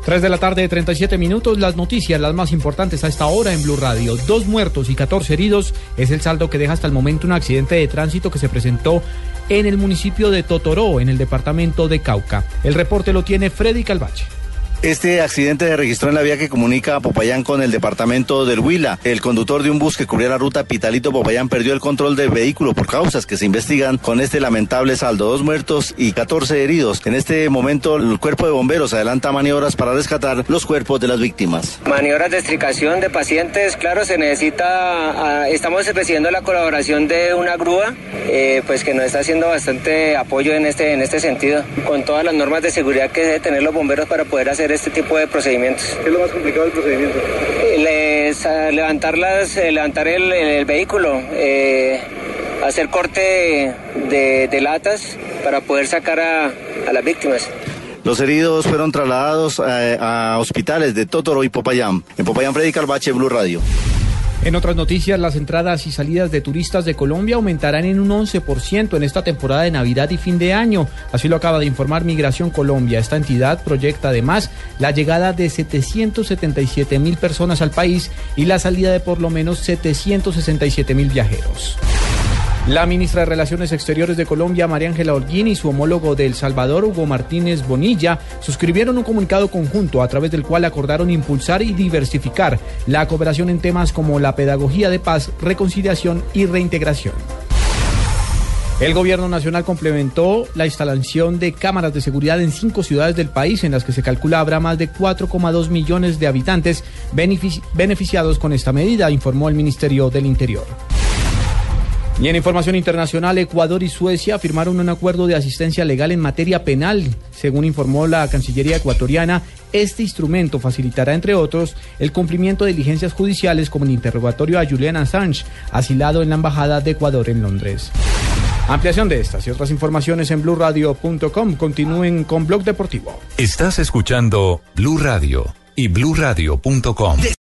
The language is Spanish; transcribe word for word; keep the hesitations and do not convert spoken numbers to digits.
tres de la tarde, treinta y siete minutos, las noticias, las más importantes a esta hora en Blue Radio. Dos muertos y catorce heridos es el saldo que deja hasta el momento un accidente de tránsito que se presentó en el municipio de Totoró, en el departamento de Cauca. El reporte lo tiene Freddy Calvache. Este accidente se registró en la vía que comunica a Popayán con el departamento del Huila. El conductor de un bus que cubría la ruta Pitalito-Popayán perdió el control del vehículo por causas que se investigan con este lamentable saldo. Dos muertos y catorce heridos. En este momento el cuerpo de bomberos adelanta maniobras para rescatar los cuerpos de las víctimas. Maniobras de extricación de pacientes, claro, se necesita, estamos recibiendo la colaboración de una grúa, eh, pues que nos está haciendo bastante apoyo en este, en este sentido, con todas las normas de seguridad que deben tener los bomberos para poder hacer este tipo de procedimientos. ¿Qué es lo más complicado del procedimiento? Les, levantar, las, levantar el, el vehículo, eh, hacer corte de, de latas para poder sacar a, a las víctimas. Los heridos fueron trasladados a, a hospitales de Totoró y Popayán. En Popayán, Freddy Calvache, Blue Radio. En otras noticias, las entradas y salidas de turistas de Colombia aumentarán en un once por ciento en esta temporada de Navidad y fin de año. Así lo acaba de informar Migración Colombia. Esta entidad proyecta además la llegada de setecientos setenta y siete mil personas al país y la salida de por lo menos setecientos sesenta y siete mil viajeros. La ministra de Relaciones Exteriores de Colombia, María Ángela Holguín, y su homólogo de El Salvador, Hugo Martínez Bonilla, suscribieron un comunicado conjunto a través del cual acordaron impulsar y diversificar la cooperación en temas como la pedagogía de paz, reconciliación y reintegración. El gobierno nacional complementó la instalación de cámaras de seguridad en cinco ciudades del país, en las que se calcula habrá más de cuatro coma dos millones de habitantes benefici- beneficiados con esta medida, informó el Ministerio del Interior. Y en información internacional, Ecuador y Suecia firmaron un acuerdo de asistencia legal en materia penal. Según informó la Cancillería ecuatoriana, este instrumento facilitará, entre otros, el cumplimiento de diligencias judiciales como el interrogatorio a Julian Assange, asilado en la Embajada de Ecuador en Londres. Ampliación de estas y otras informaciones en blue radio punto com. Continúen con Blog Deportivo. Estás escuchando Blue Radio y blue radio punto com.